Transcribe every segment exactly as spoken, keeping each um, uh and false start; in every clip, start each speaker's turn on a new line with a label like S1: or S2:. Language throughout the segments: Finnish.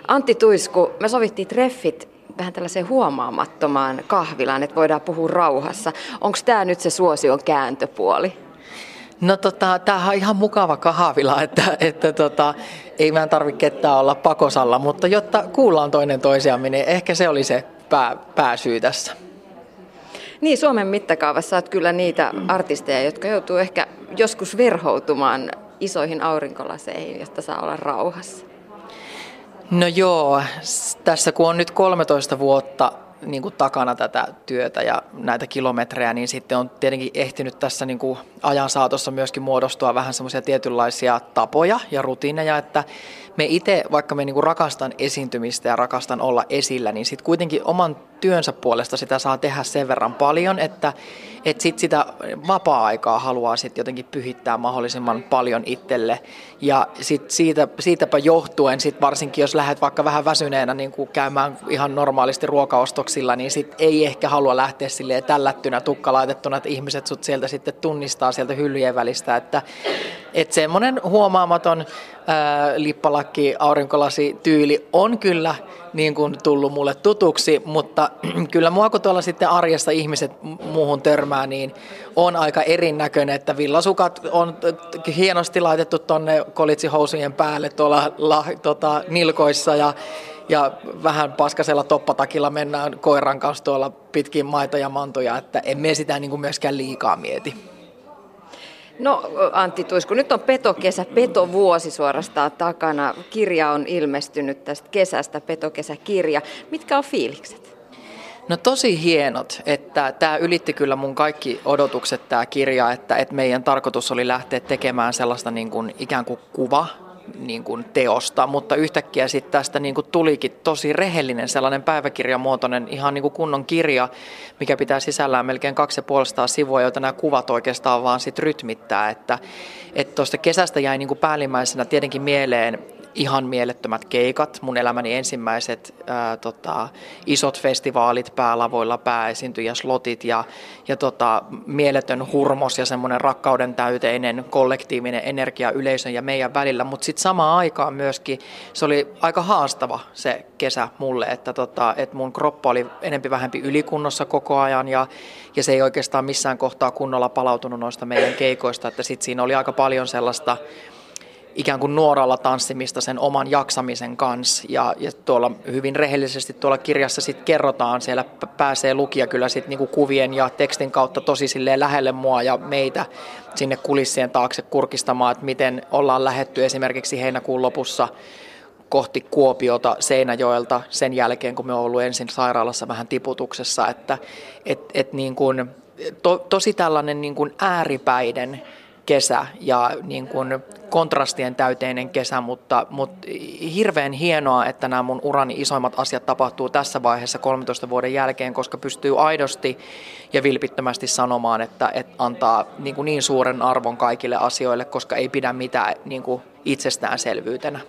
S1: Antti Tuisku, me sovittiin treffit vähän tällaiseen huomaamattomaan kahvilaan, että voidaan puhua rauhassa. Onko tämä nyt se suosion kääntöpuoli?
S2: No tota, tämähän on ihan mukava kahvila, että, että tota, ei meidän tarvitse ketään olla pakosalla, mutta jotta kuullaan toinen toisiamme, niin ehkä se oli se pää, pääsyy tässä.
S1: Niin, Suomen mittakaavassa olet kyllä niitä artisteja, jotka joutuu ehkä joskus verhoutumaan isoihin aurinkolaseihin, jotta saa olla rauhassa.
S2: No joo, tässä kun on nyt kolmetoista vuotta niin kuin takana tätä työtä ja näitä kilometrejä, niin sitten on tietenkin ehtinyt tässä niin kuin ajan saatossa myöskin muodostua vähän semmoisia tietynlaisia tapoja ja rutiineja, että me itse, vaikka me niin kuin rakastan esiintymistä ja rakastan olla esillä, niin sitten kuitenkin oman työnsä puolesta sitä saa tehdä sen verran paljon, että, että sit sitä vapaa-aikaa haluaa sitten jotenkin pyhittää mahdollisimman paljon itselle. Ja sit siitä, siitäpä johtuen, sit varsinkin jos lähdet vaikka vähän väsyneenä niin kuin käymään ihan normaalisti ruokaostoksilla, niin sit ei ehkä halua lähteä silleen tällättynä, tukka laitettuna, että ihmiset sut sieltä sitten tunnistaa sieltä hyllyjen välistä. Että, että semmoinen huomaamaton ää, lippalakki, aurinkolasi tyyli on kyllä niin kuin tullut mulle tutuksi, mutta kyllä mua kun tuolla sitten arjessa ihmiset muuhun törmää, niin on aika erinäköinen, että villasukat on hienosti laitettu tonne kolitsihousujen päälle tuolla la, tota, nilkoissa ja, ja vähän paskasella toppatakilla mennään koiran kanssa tuolla pitkin maita ja mantoja, että emme sitä niin kuin myöskään liikaa mieti.
S1: No Antti Tuisku, nyt on petokesä, petovuosi suorastaan takana. Kirja on ilmestynyt tästä kesästä, petokesäkirja. Mitkä on fiilikset?
S2: No tosi hienot, että tämä ylitti kyllä mun kaikki odotukset tämä kirja, että, että meidän tarkoitus oli lähteä tekemään sellaista niin kuin ikään kuin kuva, niin kuin teosta, mutta yhtäkkiä sitten tästä niin kuin tulikin tosi rehellinen sellainen päiväkirjamuotoinen ihan niin kuin kunnon kirja, mikä pitää sisällään melkein kaksi ja puolestaan sivua, joita nämä kuvat oikeastaan vaan sit rytmittää, että että tuosta kesästä jäi niin kuin päällimmäisenä tietenkin mieleen ihan mielettömät keikat, mun elämäni ensimmäiset ää, tota, isot festivaalit päälavoilla, pääesiintyjä, slotit ja, ja tota, mieletön hurmos ja semmoinen rakkauden täyteinen kollektiivinen energia yleisön ja meidän välillä, mutta sitten samaan aikaan myöskin se oli aika haastava se kesä mulle, että tota, et mun kroppa oli enempi vähempi ylikunnossa koko ajan ja, ja se ei oikeastaan missään kohtaa kunnolla palautunut noista meidän keikoista, että sitten siinä oli aika paljon sellaista ikään kuin nuoralla tanssimista sen oman jaksamisen kanssa ja, ja tuolla hyvin rehellisesti tuolla kirjassa sitten kerrotaan, siellä pääsee lukija kyllä sitten niinku kuvien ja tekstin kautta tosi silleen lähelle mua ja meitä sinne kulissien taakse kurkistamaan, että miten ollaan lähetty esimerkiksi heinäkuun lopussa kohti Kuopiota Seinäjoelta sen jälkeen, kun me on ollut ensin sairaalassa vähän tiputuksessa, että et, et niin kuin, to, tosi tällainen niin kuin ääripäiden kesä ja niin kuin kontrastien täyteinen kesä, mutta, mutta hirveän hienoa, että nämä mun urani isoimmat asiat tapahtuu tässä vaiheessa kolmentoista vuoden jälkeen, koska pystyy aidosti ja vilpittömästi sanomaan, että, että antaa niin, kuin niin suuren arvon kaikille asioille, koska ei pidä mitään niin kuin itsestäänselvyytenä.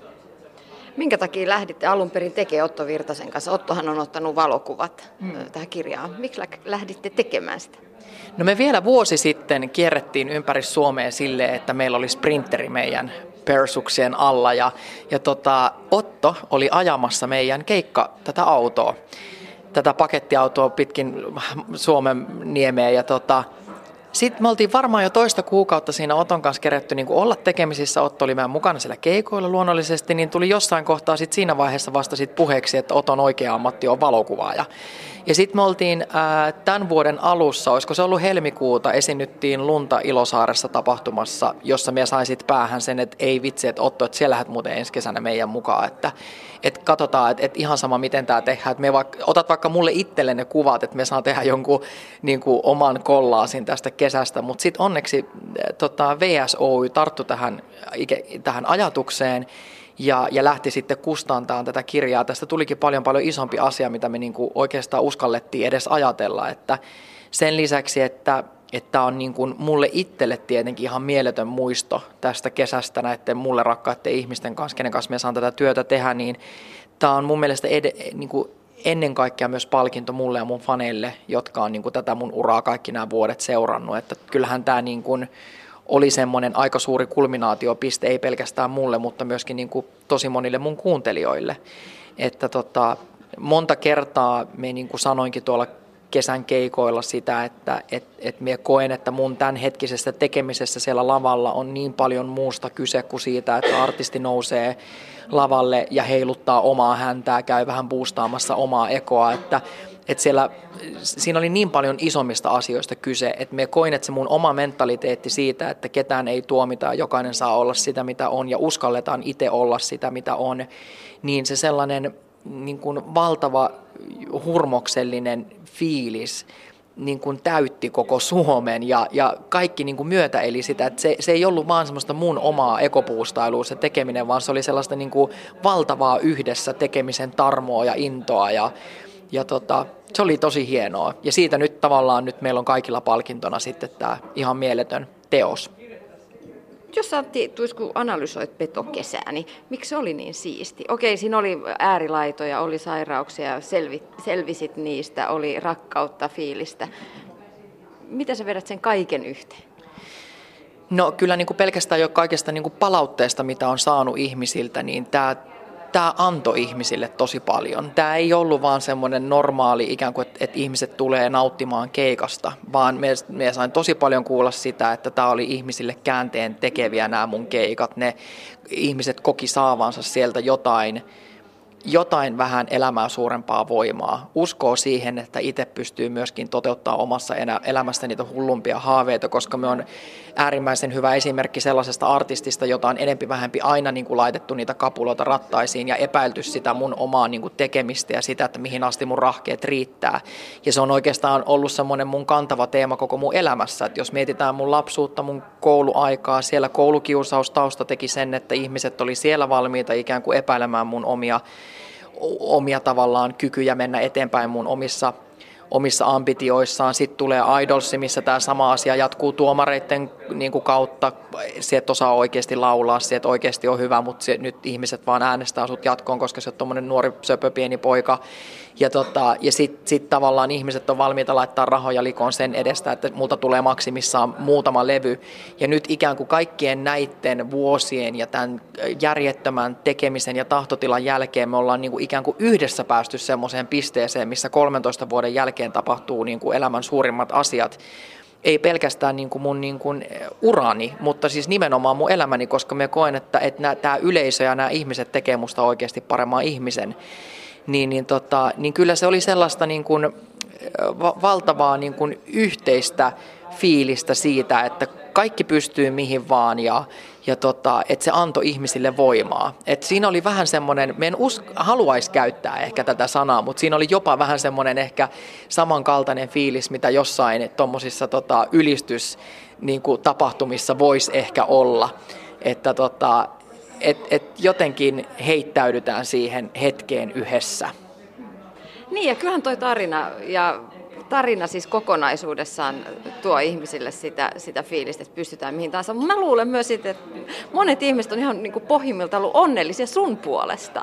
S1: Minkä takia lähditte alun perin tekemään Otto Virtasen kanssa? Ottohan on ottanut valokuvat hmm. tähän kirjaan. Miksi lähditte tekemään sitä?
S2: No me vielä vuosi sitten kierrettiin ympäri Suomea silleen, että meillä oli sprinteri meidän persuksien alla ja, ja tota, Otto oli ajamassa meidän keikka tätä autoa, tätä pakettiautoa pitkin Suomen niemeä ja tota, sitten me oltiin varmaan jo toista kuukautta siinä Oton kanssa kerätty niin kuin olla tekemisissä. Otto oli meidän mukana siellä keikoilla luonnollisesti, niin tuli jossain kohtaa sit siinä vaiheessa vasta sit puheeksi, että Oton oikea ammatti on valokuvaaja. Ja sitten me oltiin ää, tämän vuoden alussa, olisiko se ollut helmikuuta, esiinnyttiin Lunta Ilosaaressa tapahtumassa, jossa me sain sit päähän sen, että ei vitsi, että Otto, että siellä lähdet muuten ensi kesänä meidän mukaan, että et katsotaan, että et ihan sama miten tämä tehdään, että me vaikka, otat vaikka mulle itselle ne kuvat, että me saa tehdä jonkun niin kuin oman kollaasin tästä kesästä, mutta sitten onneksi tota, V S Oy tarttui tähän, tähän ajatukseen, Ja, ja lähti sitten kustantamaan tätä kirjaa. Tästä tulikin paljon paljon isompi asia, mitä me niinku oikeastaan uskallettiin edes ajatella. Että sen lisäksi, että että on niin kuin mulle itselle tietenkin ihan mieletön muisto tästä kesästä näiden mulle rakkaiden ihmisten kanssa, kenen kanssa me saan tätä työtä tehdä, niin tämä on mun mielestä ed- niin kuin ennen kaikkea myös palkinto mulle ja mun faneille, jotka on niin kuin tätä mun uraa kaikki nämä vuodet seurannut. Että kyllähän tämä niin kuin oli semmoinen aika suuri kulminaatiopiste, ei pelkästään mulle, mutta myöskin niin kuin tosi monille mun kuuntelijoille. että tota, monta kertaa me niin kuin sanoinkin tuolla kesän keikoilla sitä, että et, et minä koen, että mun tämänhetkisessä tekemisessä siellä lavalla on niin paljon muusta kyse kuin siitä, että artisti nousee lavalle ja heiluttaa omaa häntää, käy vähän boostaamassa omaa ekoa, että että siellä, siinä oli niin paljon isommista asioista kyse, että me koin, että se mun oma mentaliteetti siitä, että ketään ei tuomita, jokainen saa olla sitä, mitä on, ja uskalletaan itse olla sitä, mitä on, niin se sellainen niin kuin valtava hurmoksellinen fiilis niin kuin täytti koko Suomen, ja, ja kaikki niin kuin myötäili sitä, että se, se ei ollut vaan semmoista mun omaa ekopuustailua se tekeminen, vaan se oli sellaista niin kuin valtavaa yhdessä tekemisen tarmoa ja intoa, ja Ja tota, se oli tosi hienoa. Ja siitä nyt tavallaan nyt meillä on kaikilla palkintona sitten tämä ihan mieletön teos.
S1: Jos Antti Tuisku analysoit petokesää, niin miksi se oli niin siisti? Okei, siinä oli äärilaitoja, oli sairauksia, selvi, selvisit niistä, oli rakkautta, fiilistä. Mitä sä vedät sen kaiken yhteen?
S2: No kyllä niin kuin pelkästään jo kaikesta niin kuin palautteesta, mitä on saanut ihmisiltä, niin tämä Tämä antoi ihmisille tosi paljon. Tämä ei ollut vaan semmoinen normaali ikään kuin, että, että ihmiset tulee nauttimaan keikasta, vaan me, me sain tosi paljon kuulla sitä, että tämä oli ihmisille käänteen tekeviä nämä mun keikat. Ne ihmiset koki saavansa sieltä jotain, jotain vähän elämää suurempaa voimaa. Uskoo siihen, että itse pystyy myöskin toteuttamaan omassa elämässä niitä hullumpia haaveita, koska me on äärimmäisen hyvä esimerkki sellaisesta artistista, jota on enempi vähempi aina niin kuin laitettu niitä kapuloita rattaisiin ja epäilty sitä mun omaa niin kuin tekemistä ja sitä, että mihin asti mun rahkeet riittää. Ja se on oikeastaan ollut semmoinen mun kantava teema koko mun elämässä, että jos mietitään mun lapsuutta, mun kouluaikaa, siellä koulukiusaustausta teki sen, että ihmiset oli siellä valmiita ikään kuin epäilemään mun omia omia tavallaan kykyjä mennä eteenpäin mun omissa, omissa ambitioissaan. Sitten tulee Idolsi, missä tämä sama asia jatkuu tuomareiden niin kuin kautta. Se, et osaa oikeasti laulaa, se, et oikeasti on hyvä, mutta se, nyt ihmiset vaan äänestää sut jatkoon, koska se on tuommoinen nuori söpö pieni poika. Ja, tota, ja sitten sit tavallaan ihmiset on valmiita laittaa rahoja likoon sen edestä, että multa tulee maksimissaan muutama levy. Ja nyt ikään kuin kaikkien näiden vuosien ja tämän järjettömän tekemisen ja tahtotilan jälkeen me ollaan niin kuin ikään kuin yhdessä päästy semmoiseen pisteeseen, missä kolmentoista vuoden jälkeen tapahtuu niin kuin elämän suurimmat asiat. Ei pelkästään niin kuin mun niin kuin urani, mutta siis nimenomaan mun elämäni, koska mä koen, että, että tämä yleisö ja nämä ihmiset tekee musta oikeasti paremman ihmisen. Niin, niin, tota, niin kyllä se oli sellaista niin kuin va- valtavaa niin kuin yhteistä fiilistä siitä, että kaikki pystyy mihin vaan ja, ja tota, että se antoi ihmisille voimaa. Et siinä oli vähän semmoinen, me en usk- haluaisi käyttää ehkä tätä sanaa, mutta siinä oli jopa vähän semmoinen ehkä samankaltainen fiilis, mitä jossain tuommoisissa tota, ylistys niin kuin tapahtumissa voisi ehkä olla, että tota, et, et jotenkin heittäydytään siihen hetkeen yhdessä.
S1: Niin ja kyllähän toi tarina ja tarina siis kokonaisuudessaan tuo ihmisille sitä, sitä fiilistä, että pystytään mihin tahansa. Mä luulen myös, että monet ihmiset on ihan niin kuin pohjimmiltaan ollut onnellisia sun puolesta.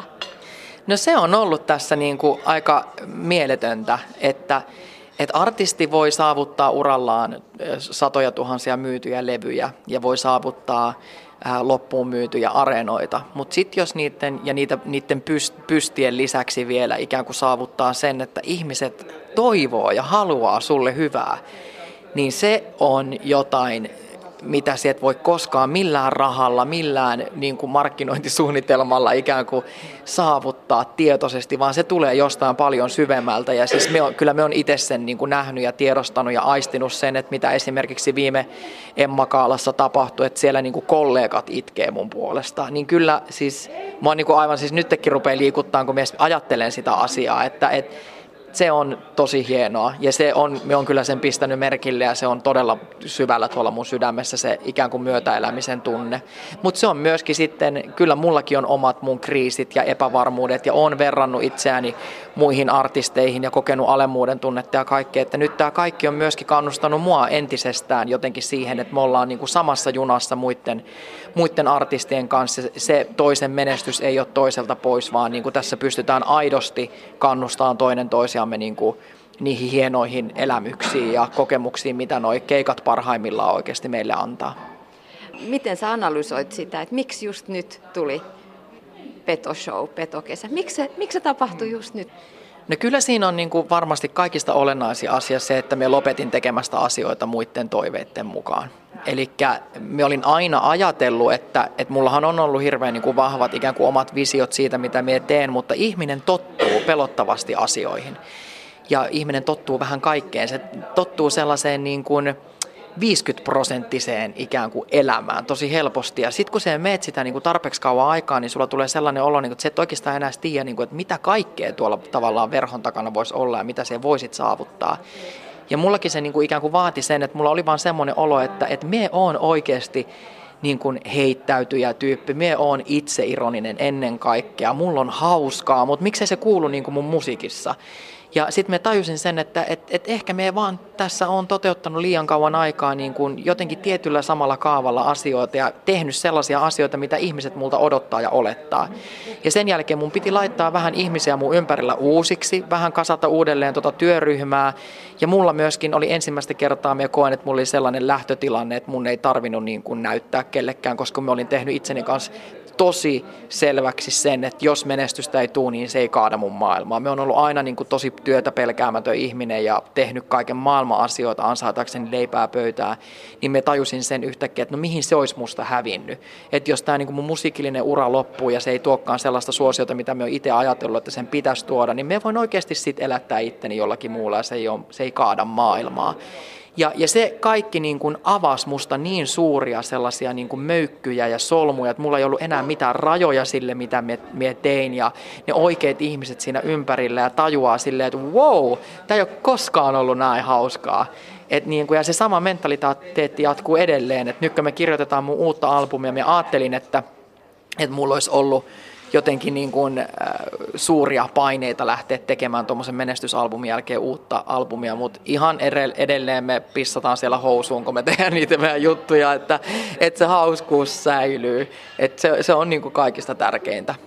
S2: No se on ollut tässä niin kuin aika mieletöntä, että, että artisti voi saavuttaa urallaan satoja tuhansia myytyjä levyjä ja voi saavuttaa loppuun myytyjä areenoita, mutta sitten jos niiden ja niitä, niiden pystien lisäksi vielä ikään kuin saavuttaa sen, että ihmiset toivoo ja haluaa sulle hyvää, niin se on jotain, mitä sieltä voi koskaan millään rahalla, millään niin kuin markkinointisuunnitelmalla ikään kuin saavuttaa tietoisesti, vaan se tulee jostain paljon syvemmältä. Ja siis me on, kyllä me on itse sen niin kuin nähnyt ja tiedostanut ja aistinut sen, että mitä esimerkiksi viime Emma-kaalassa tapahtui, että siellä niin kuin kollegat itkee mun puolesta. Niin kyllä siis, mä oon niin kuin aivan siis nytkin rupeaa liikuttaa, kun mä ajattelen sitä asiaa, että et, se on tosi hienoa ja se on, me on kyllä sen pistänyt merkille ja se on todella syvällä tuolla mun sydämessä se ikään kuin myötäelämisen tunne. Mutta se on myöskin sitten, kyllä mullakin on omat mun kriisit ja epävarmuudet ja olen verrannut itseäni muihin artisteihin ja kokenut alemmuuden tunnetta ja kaikkea, että nyt tämä kaikki on myöskin kannustanut mua entisestään jotenkin siihen, että me ollaan niin kuin samassa junassa muiden, muiden artistien kanssa. Se toisen menestys ei ole toiselta pois, vaan niin kuin tässä pystytään aidosti kannustamaan toinen toisiaan me niin kuin niihin hienoihin elämyksiin ja kokemuksiin, mitä nuo keikat parhaimmillaan oikeasti meille antaa.
S1: Miten sä analysoit sitä, että miksi just nyt tuli petoshow, petokesä? Miksi se, miksi se tapahtui just nyt?
S2: No kyllä siinä on niin kuin varmasti kaikista olennaisin asia se, että me lopetin tekemästä asioita muiden toiveiden mukaan. Eli me olin aina ajatellut, että, että mullahan on ollut hirveän niin kuin vahvat ikään kuin omat visiot siitä, mitä me teen, mutta ihminen tottuu pelottavasti asioihin. Ja ihminen tottuu vähän kaikkeen. Se tottuu sellaiseen niin kuin viisikymmentä-prosenttiseen ikään kuin elämään tosi helposti. Ja sitten kun sä meet sitä niin kuin tarpeeksi kauan aikaa, niin sulla tulee sellainen olo, niin kuin, että sä et oikeastaan enää tiedä, niin kuin, että mitä kaikkea tuolla tavallaan verhon takana voisi olla ja mitä sä voisit saavuttaa. Ja mullakin se niin kuin ikään kuin vaati sen, että mulla oli vaan semmoinen olo, että, että me oon oikeasti niin kuin heittäytyjä tyyppi, me oon itseironinen ennen kaikkea, mulla on hauskaa, mutta miksei se kuulu niin kuin mun musiikissa. Ja sitten me tajusin sen, että et, et ehkä me vaan tässä on toteuttanut liian kauan aikaa niin kuin jotenkin tietyllä samalla kaavalla asioita ja tehnyt sellaisia asioita, mitä ihmiset multa odottaa ja olettaa. Ja sen jälkeen mun piti laittaa vähän ihmisiä mun ympärillä uusiksi, vähän kasata uudelleen tuota työryhmää. Ja mulla myöskin oli ensimmäistä kertaa, mä koen, että mulla oli sellainen lähtötilanne, että mun ei tarvinnut niin kuin näyttää kellekään, koska mä olin tehnyt itseni kanssa tosi selväksi sen, että jos menestystä ei tule, niin se ei kaada mun maailmaa. Me on ollut aina niin kuin tosi työtä pelkäämätön ihminen ja tehnyt kaiken maailman asioita ansaitakseni leipää pöytää, niin me tajusin sen yhtäkkiä, että no mihin se olisi musta hävinnyt. Että jos tämä niin kuin mun musiikillinen ura loppuu ja se ei tuokaan sellaista suosiota, mitä me on itse ajatellut, että sen pitäisi tuoda, niin me voin oikeasti sitten elättää itteni jollakin muulla ja se ei, ole, se ei kaada maailmaa. Ja, ja se kaikki niin kuin avasi musta niin suuria sellaisia niin kuin möykkyjä ja solmuja, että mulla ei ollut enää mitään rajoja sille, mitä me tein. Ja ne oikeat ihmiset siinä ympärillä ja tajuaa silleen, että wow, tämä ei ole koskaan ollut näin hauskaa. Et niin kuin, ja se sama mentaliteetti jatkuu edelleen. Et nyt kun me kirjoitetaan mun uutta albumia, mä ajattelin, että, että mulla olisi ollut jotenkin niin kuin, äh, suuria paineita lähteä tekemään tuommoisen menestysalbumin jälkeen uutta albumia, mutta ihan edelleen me pissataan siellä housuun, kun me tehdään niitä meidän juttuja, että, että se hauskuus säilyy, että se, se on niin kuin kaikista tärkeintä.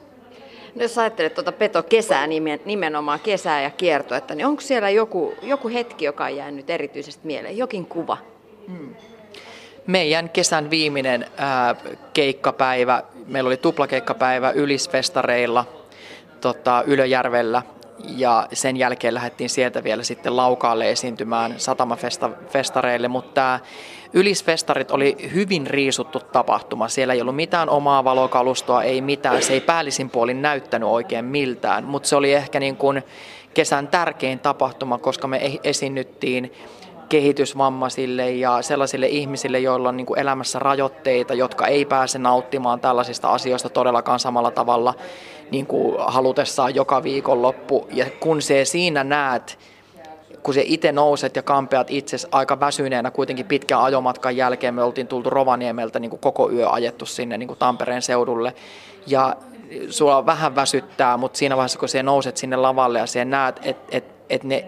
S1: No jos ajattelet tuota petokesää, nimenomaan kesää ja kiertoetta, niin onko siellä joku, joku hetki, joka on jäänyt erityisesti mieleen, jokin kuva?
S2: Hmm. Meidän kesän viimeinen ää, keikkapäivä, meillä oli tuplakeikkapäivä Ylisfestareilla tota, Ylöjärvellä ja sen jälkeen lähdettiin sieltä vielä sitten Laukaalle esiintymään satamafestareille, mutta tämä Ylisfestarit oli hyvin riisuttu tapahtuma. Siellä ei ollut mitään omaa valokalustoa, ei mitään, se ei päällisin puolin näyttänyt oikein miltään, mutta se oli ehkä niin kuin kesän tärkein tapahtuma, koska me esiinnyttiin kehitysvammaisille ja sellaisille ihmisille, joilla on niin kuin elämässä rajoitteita, jotka ei pääse nauttimaan tällaisista asioista todellakaan samalla tavalla niin kuin halutessaan joka viikonloppu. Ja kun se siinä näet, kun se itse nouset ja kampeat itse aika väsyneenä kuitenkin pitkän ajomatkan jälkeen, me oltiin tultu Rovaniemeltä niin kuin koko yö ajettu sinne niin kuin Tampereen seudulle ja sua vähän väsyttää, mutta siinä vaiheessa kun se nouset sinne lavalle ja se näet, että et, et ne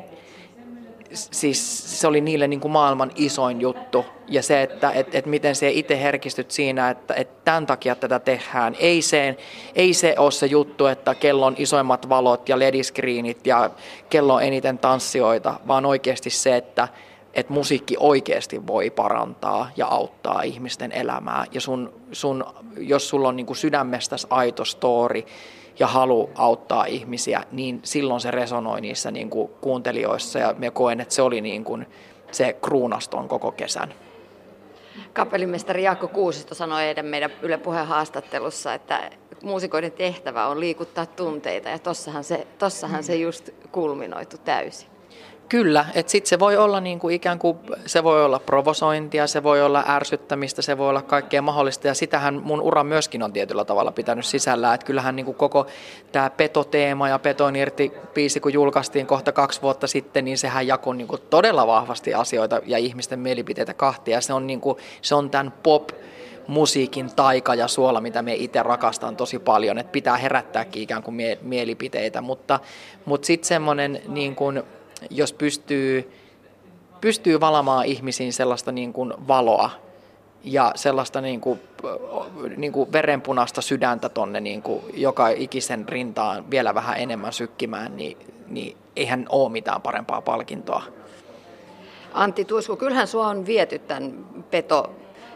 S2: siis se oli niille niin kuin maailman isoin juttu ja se, että et, et miten se itse herkistyt siinä, että et tämän takia tätä tehdään. Ei se, ei se ole se juttu, että kello on isoimmat valot ja lediskriinit ja kello on eniten tanssijoita, vaan oikeasti se, että et musiikki oikeasti voi parantaa ja auttaa ihmisten elämää. Ja sun, sun, jos sulla on niin kuin sydämestäsi aito story, ja halu auttaa ihmisiä, niin silloin se resonoi niissä niin kuin kuuntelijoissa ja me koen, että se oli niin kuin se kruunaston koko kesän.
S1: Kapellimestari Jaakko Kuusisto sanoi eilen meidän Yle Puheen haastattelussa, että muusikoiden tehtävä on liikuttaa tunteita ja tossahan se, tossahan se just kulminoitu täysin.
S2: Kyllä, että sitten se voi olla niin kuin ikään kuin, se voi olla provosointia, se voi olla ärsyttämistä, se voi olla kaikkea mahdollista ja sitähän mun ura myöskin on tietyllä tavalla pitänyt sisällä, että kyllähän niin kuin koko tämä petoteema ja Peton irti -biisi, kun julkaistiin kohta kaksi vuotta sitten, niin sehän jakoi niin kuin todella vahvasti asioita ja ihmisten mielipiteitä kahtia ja se on, niin kuin, se on tämän pop musiikin taika ja suola, mitä me itse rakastan tosi paljon, että pitää herättääkin ikään kuin mie- mielipiteitä, mutta, mutta sitten semmoinen niin kuin jos pystyy, pystyy valamaan ihmisiin sellaista niin kuin valoa ja sellaista niin kuin, niin kuin verenpunaista sydäntä tonne niin kuin joka ikisen rintaan vielä vähän enemmän sykkimään, niin, niin eihän ole mitään parempaa palkintoa.
S1: Antti Tuisku, kyllähän sua on viety tämän peto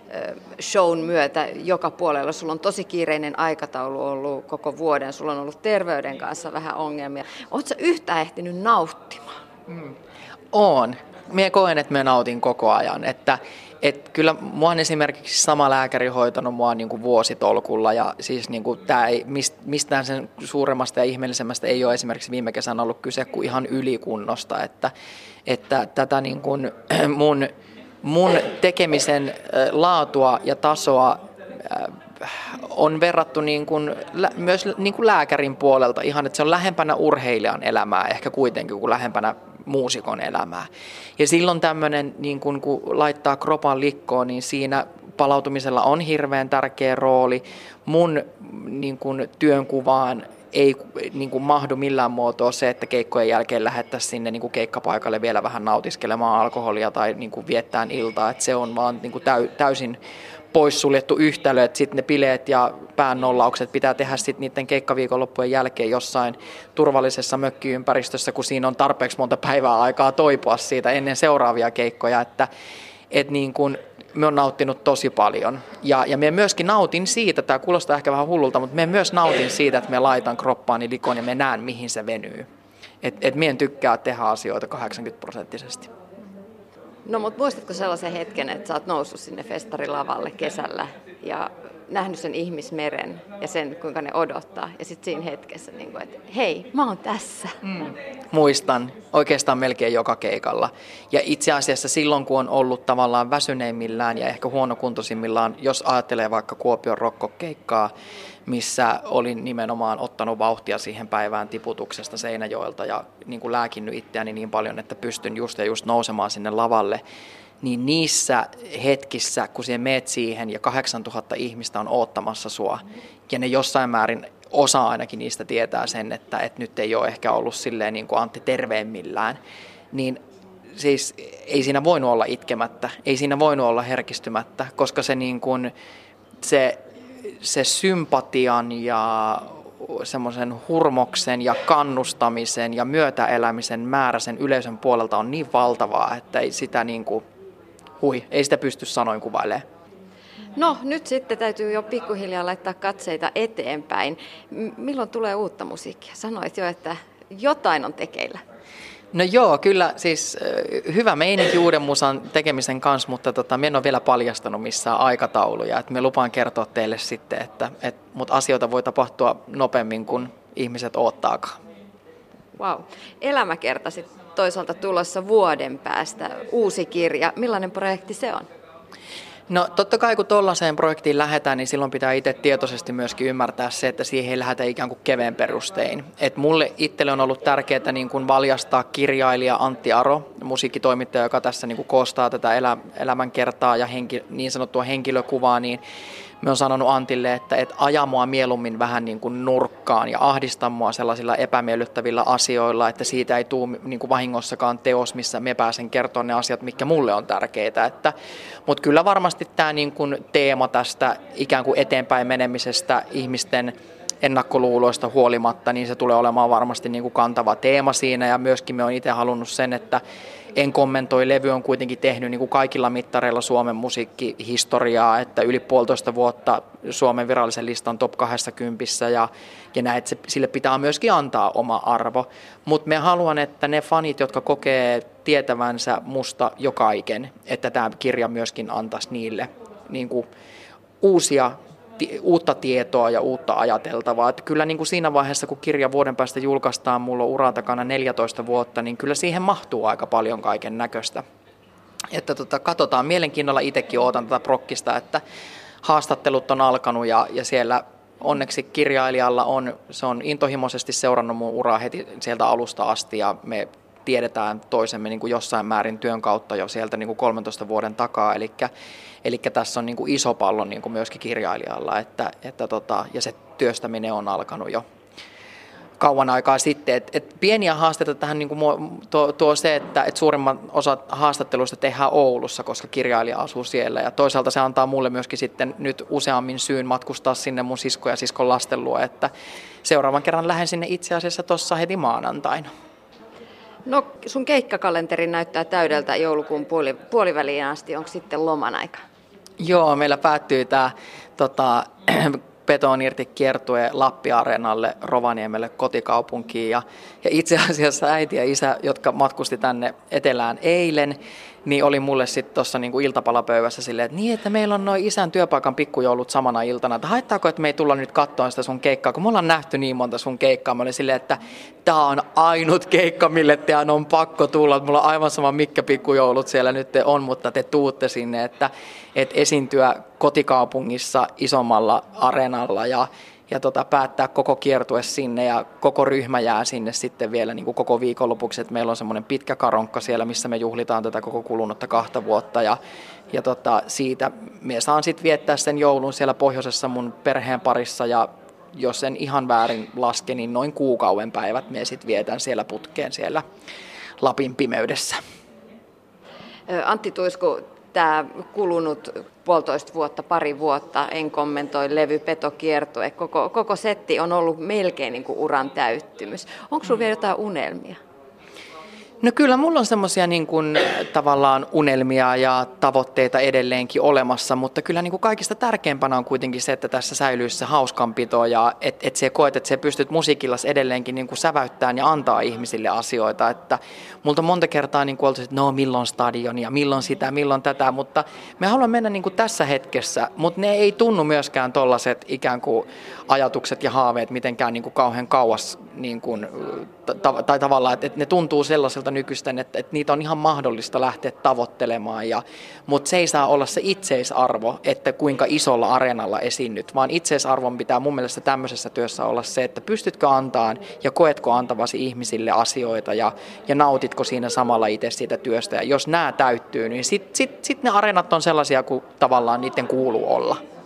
S1: shown myötä joka puolella. Sulla on tosi kiireinen aikataulu ollut koko vuoden, sulla on ollut terveyden kanssa vähän ongelmia. Oletko sä yhtään ehtinyt nauttimaan?
S2: Mm. Oon. Mie koen, että mä nautin koko ajan. Että, et kyllä mua on esimerkiksi sama lääkäri hoitanut mua niin kuin vuositolkulla ja siis niin kuin tää ei, mistään sen suuremmasta ja ihmeellisemmästä ei ole esimerkiksi viime kesänä ollut kyse kuin ihan ylikunnosta. Että, että tätä niin kuin mun, mun tekemisen laatua ja tasoa on verrattu niin kuin, myös niin kuin lääkärin puolelta ihan, että se on lähempänä urheilijan elämää ehkä kuitenkin kuin lähempänä muusikon elämää. Ja silloin tämmöinen, niin kun, kun laittaa kropan likkoon, niin siinä palautumisella on hirveän tärkeä rooli. Mun niin kun, työnkuvaan ei niin kun, mahdu millään muotoa se, että keikkojen jälkeen lähettäisiin sinne niin kun, keikkapaikalle vielä vähän nautiskelemaan alkoholia tai niin kun, viettään iltaa. Et se on vaan niin kun, täy, täysin poissuljettu yhtälö, että sitten ne bileet ja päännollaukset pitää tehdä sitten niiden keikkaviikonloppujen jälkeen jossain turvallisessa mökkiympäristössä, kun siinä on tarpeeksi monta päivää aikaa toipua siitä ennen seuraavia keikkoja, että et niin kun me on nauttinut tosi paljon. Ja, ja me myöskin nautin siitä, tämä kuulostaa ehkä vähän hullulta, mutta me myös nautin siitä, että me laitan kroppaani likoon ja me näen, mihin se venyy. Että et me en tykkää tehdä asioita kahdeksankymmentä prosenttisesti.
S1: No, mutta muistatko sellaisen hetken, että sä oot noussut sinne festarilavalle kesällä ja nähnyt sen ihmismeren ja sen, kuinka ne odottaa. Ja sitten siinä hetkessä, niin kuin, että hei, mä oon tässä. Mm.
S2: Muistan oikeastaan melkein joka keikalla. Ja itse asiassa silloin, kun on ollut tavallaan väsyneimmillään ja ehkä huonokuntoisimmillaan, jos ajattelee vaikka Kuopion rokkokeikkaa, missä olin nimenomaan ottanut vauhtia siihen päivään tiputuksesta Seinäjoelta ja niin kuin lääkinnyt itseäni niin paljon, että pystyn just ja just nousemaan sinne lavalle, niin niissä hetkissä, kun sinä meet siihen ja kahdeksantuhatta ihmistä on oottamassa sua, ja ne jossain määrin, osa ainakin niistä tietää sen, että, että nyt ei ole ehkä ollut silleen niin kuin Antti terveemmillään, niin siis ei siinä voinut olla itkemättä, ei siinä voinut olla herkistymättä, koska se, niin kuin, se, se sympatian ja semmoisen hurmoksen ja kannustamisen ja myötäelämisen määrä sen yleisön puolelta on niin valtavaa, että ei sitä niin kuin, hui, ei sitä pysty sanoin kuvailemaan.
S1: No nyt sitten täytyy jo pikkuhiljaa laittaa katseita eteenpäin. Milloin tulee uutta musiikkia? Sanoit jo, että jotain on tekeillä.
S2: No joo, kyllä siis hyvä meininki uuden musan tekemisen kanssa, mutta tota, minä en ole vielä paljastanut missään aikatauluja. Et me lupaan kertoa teille sitten, että et, mut asioita voi tapahtua nopeammin kuin ihmiset oottaakaan.
S1: Wow. Elämäkerta sitten toisaalta tulossa vuoden päästä uusi kirja. Millainen projekti se on?
S2: No totta kai kun tuollaiseen projektiin lähdetään, niin silloin pitää itse tietoisesti myöskin ymmärtää se, että siihen ei lähdetä ikään kuin kevyen perustein. Et mulle itselle on ollut tärkeää niin kuin valjastaa kirjailija Antti Aro, musiikkitoimittaja, joka tässä niin kuin koostaa tätä elä, elämänkertaa ja henki, niin sanottua henkilökuvaa, niin me on sanonut Antille, että et aja mua mieluummin vähän niin kuin nurkkaan ja ahdista mua sellaisilla epämiellyttävillä asioilla, että siitä ei tule niin kuin vahingossakaan teos, missä me pääsen kertoa ne asiat, mitkä mulle on tärkeitä. Että, mutta kyllä varmasti tämä niin kuin teema tästä ikään kuin eteenpäin menemisestä ihmisten ennakkoluuloista huolimatta, niin se tulee olemaan varmasti niin kuin kantava teema siinä, ja myöskin me on itse halunnut sen, että En kommentoi levy on kuitenkin tehnyt niin kuin kaikilla mittareilla Suomen musiikkihistoriaa, että yli puolitoista vuotta Suomen virallisen listan top kaksikymmentä ja, ja näin, että se, sille pitää myöskin antaa oma arvo. Mutta me haluan, että ne fanit, jotka kokee tietävänsä musta jo kaiken, että tämä kirja myöskin antaisi niille niin kuin uusia uutta tietoa ja uutta ajateltavaa. Että kyllä niin kuin siinä vaiheessa, kun kirja vuoden päästä julkaistaan, mulla on uran takana neljätoista vuotta, niin kyllä siihen mahtuu aika paljon kaiken näköistä. Että tota, katsotaan mielenkiinnolla, itsekin ootan tätä prokkista, että haastattelut on alkanut ja, ja siellä onneksi kirjailijalla on, se on intohimoisesti seurannut mun uraa heti sieltä alusta asti ja me tiedetään toisemme niin kuin jossain määrin työn kautta jo sieltä niin kuin kolmentoista vuoden takaa, eli Eli tässä on niin kuin iso pallo niin kuin myöskin kirjailijalla, että, että tota, ja se työstäminen on alkanut jo kauan aikaa sitten. Et, et pieniä haasteita tähän niin kuin tuo, tuo se, että et suurimman osa haastatteluista tehdään Oulussa, koska kirjailija asuu siellä. Ja toisaalta se antaa mulle myöskin sitten nyt useammin syyn matkustaa sinne mun sisko ja siskon lasten luo, että seuraavan kerran lähden sinne itse asiassa tuossa heti maanantaina.
S1: No sun keikkakalenteri näyttää täydeltä joulukuun puoli, puoliväliin asti. Onko sitten loman aika?
S2: Joo, meillä päättyy tämä tota, Peto irti -kiertue Lappi-areenalle Rovaniemelle kotikaupunkiin. Ja, ja itse asiassa äiti ja isä, jotka matkusti tänne etelään eilen, niin oli mulle sitten tuossa niinku iltapalapöydässä silleen, että niin, että meillä on noin isän työpaikan pikkujoulut samana iltana, että haittaako, että me ei tulla nyt katsoa sitä sun keikkaa, kun me ollaan nähty niin monta sun keikkaa. Mä olin silleen, että tää on ainut keikka, mille teidän on pakko tulla, että mulla on aivan sama mitkä pikkujoulut siellä nyt on, mutta te tuutte sinne, että, että esiintyä kotikaupungissa isommalla areenalla ja ja tota, päättää koko kiertue sinne ja koko ryhmä jää sinne sitten vielä niin kuin koko viikonlopuksi, että meillä on semmoinen pitkä karonkka siellä, missä me juhlitaan tätä koko kulunutta kahta vuotta ja, ja tota, siitä me saan sitten viettää sen joulun siellä pohjoisessa mun perheen parissa ja jos en ihan väärin laske, niin noin kuukauden päivät me sitten vietän siellä putkeen siellä Lapin pimeydessä.
S1: Antti Tuisku, tämä kulunut puolitoista vuotta, pari vuotta, en kommentoi levy, Peto -kiertue, koko, koko setti on ollut melkein niin kuin uran täyttymys. Onko sinulla vielä jotain unelmia?
S2: No kyllä mulla on semmoisia niin kuin tavallaan unelmia ja tavoitteita edelleenkin olemassa, mutta kyllä niin kuin kaikista tärkeimpänä on kuitenkin se, että tässä säilyy se hauskanpito ja että et se koet, että se pystyt musiikillas edelleenkin niin kuin säväyttämään ja antaa ihmisille asioita. Että multa monta kertaa niin kuin oltu, että no milloin stadion ja milloin sitä, milloin tätä, mutta me haluamme mennä niin kuin tässä hetkessä, mutta ne ei tunnu myöskään tollaiset ikään kuin ajatukset ja haaveet mitenkään niin kuin kauhean kauas niin kuin, ta- tai tavallaan, että ne tuntuu sellaiselta nykyisten, että, että niitä on ihan mahdollista lähteä tavoittelemaan, ja, mutta se ei saa olla se itseisarvo, että kuinka isolla areenalla esiinnyt, vaan itseisarvon pitää mun mielestä tämmöisessä työssä olla se, että pystytkö antamaan ja koetko antavasi ihmisille asioita ja, ja nautitko siinä samalla itse siitä työstä, ja jos nämä täyttyy, niin sitten sit, sit ne areenat on sellaisia kuin tavallaan niiden kuuluu olla.